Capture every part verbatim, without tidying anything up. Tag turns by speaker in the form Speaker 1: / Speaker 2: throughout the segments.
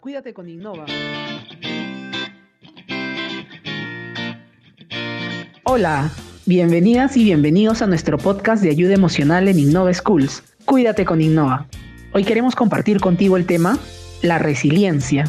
Speaker 1: Cuídate con Innova. Hola, bienvenidas y bienvenidos a nuestro podcast de ayuda emocional en Innova Schools. Cuídate con Innova. Hoy queremos compartir contigo el tema, la resiliencia.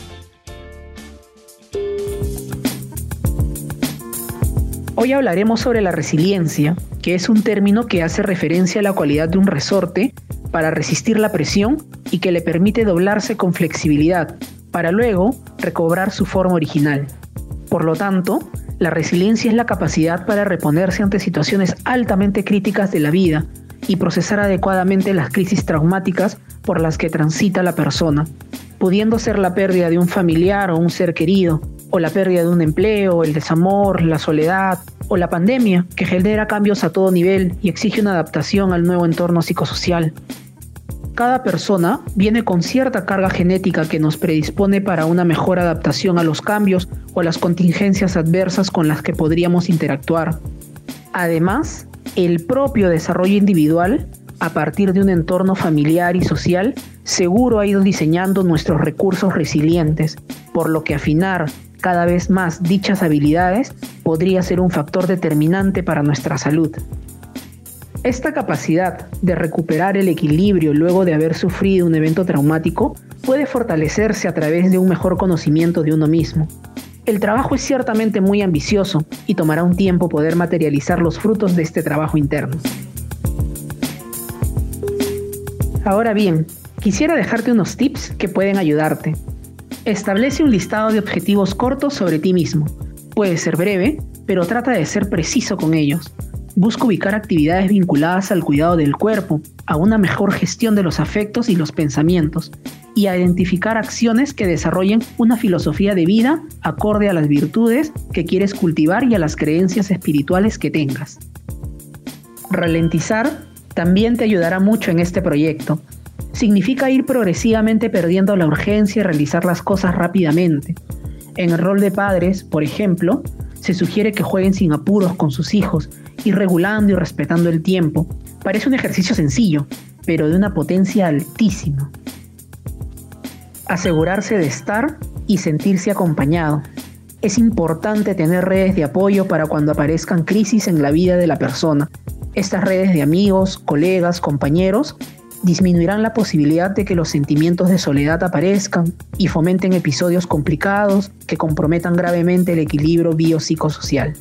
Speaker 1: Hoy hablaremos sobre la resiliencia, que es un término que hace referencia a la cualidad de un resorte para resistir la presión y que le permite doblarse con flexibilidad, para luego recobrar su forma original. Por lo tanto, la resiliencia es la capacidad para reponerse ante situaciones altamente críticas de la vida y procesar adecuadamente las crisis traumáticas por las que transita la persona, pudiendo ser la pérdida de un familiar o un ser querido, o la pérdida de un empleo, el desamor, la soledad, o la pandemia, que genera cambios a todo nivel y exige una adaptación al nuevo entorno psicosocial. Cada persona viene con cierta carga genética que nos predispone para una mejor adaptación a los cambios o a las contingencias adversas con las que podríamos interactuar. Además, el propio desarrollo individual, a partir de un entorno familiar y social, seguro ha ido diseñando nuestros recursos resilientes, por lo que afinar cada vez más dichas habilidades podría ser un factor determinante para nuestra salud. Esta capacidad de recuperar el equilibrio luego de haber sufrido un evento traumático puede fortalecerse a través de un mejor conocimiento de uno mismo. El trabajo es ciertamente muy ambicioso y tomará un tiempo poder materializar los frutos de este trabajo interno. Ahora bien, quisiera dejarte unos tips que pueden ayudarte. Establece un listado de objetivos cortos sobre ti mismo. Puede ser breve, pero trata de ser preciso con ellos. Busca ubicar actividades vinculadas al cuidado del cuerpo, a una mejor gestión de los afectos y los pensamientos, y a identificar acciones que desarrollen una filosofía de vida acorde a las virtudes que quieres cultivar y a las creencias espirituales que tengas. Ralentizar también te ayudará mucho en este proyecto. Significa ir progresivamente perdiendo la urgencia y realizar las cosas rápidamente. En el rol de padres, por ejemplo, se sugiere que jueguen sin apuros con sus hijos, ir regulando y respetando el tiempo. Parece un ejercicio sencillo, pero de una potencia altísima. Asegurarse de estar y sentirse acompañado. Es importante tener redes de apoyo para cuando aparezcan crisis en la vida de la persona. Estas redes de amigos, colegas, compañeros disminuirán la posibilidad de que los sentimientos de soledad aparezcan y fomenten episodios complicados que comprometan gravemente el equilibrio biopsicosocial.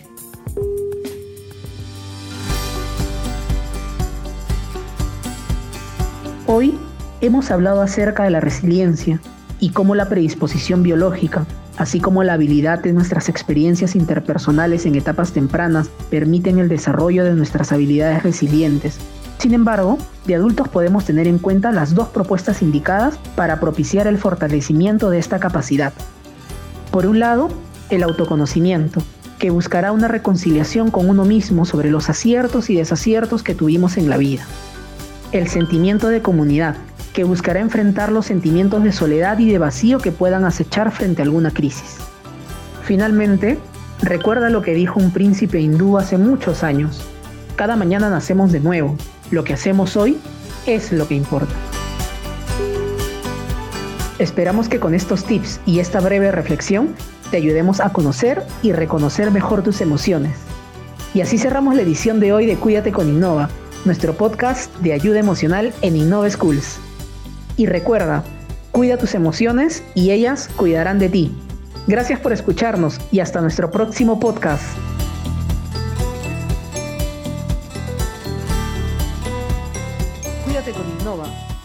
Speaker 1: Hoy hemos hablado acerca de la resiliencia y cómo la predisposición biológica, así como la habilidad de nuestras experiencias interpersonales en etapas tempranas, permiten el desarrollo de nuestras habilidades resilientes. Sin embargo, de adultos podemos tener en cuenta las dos propuestas indicadas para propiciar el fortalecimiento de esta capacidad. Por un lado, el autoconocimiento, que buscará una reconciliación con uno mismo sobre los aciertos y desaciertos que tuvimos en la vida. El sentimiento de comunidad, que buscará enfrentar los sentimientos de soledad y de vacío que puedan acechar frente a alguna crisis. Finalmente, recuerda lo que dijo un príncipe hindú hace muchos años: cada mañana nacemos de nuevo. Lo que hacemos hoy es lo que importa. Esperamos que con estos tips y esta breve reflexión te ayudemos a conocer y reconocer mejor tus emociones. Y así cerramos la edición de hoy de Cuídate con Innova, nuestro podcast de ayuda emocional en Innova Schools. Y recuerda, cuida tus emociones y ellas cuidarán de ti. Gracias por escucharnos y hasta nuestro próximo podcast. Cuídate con Innova.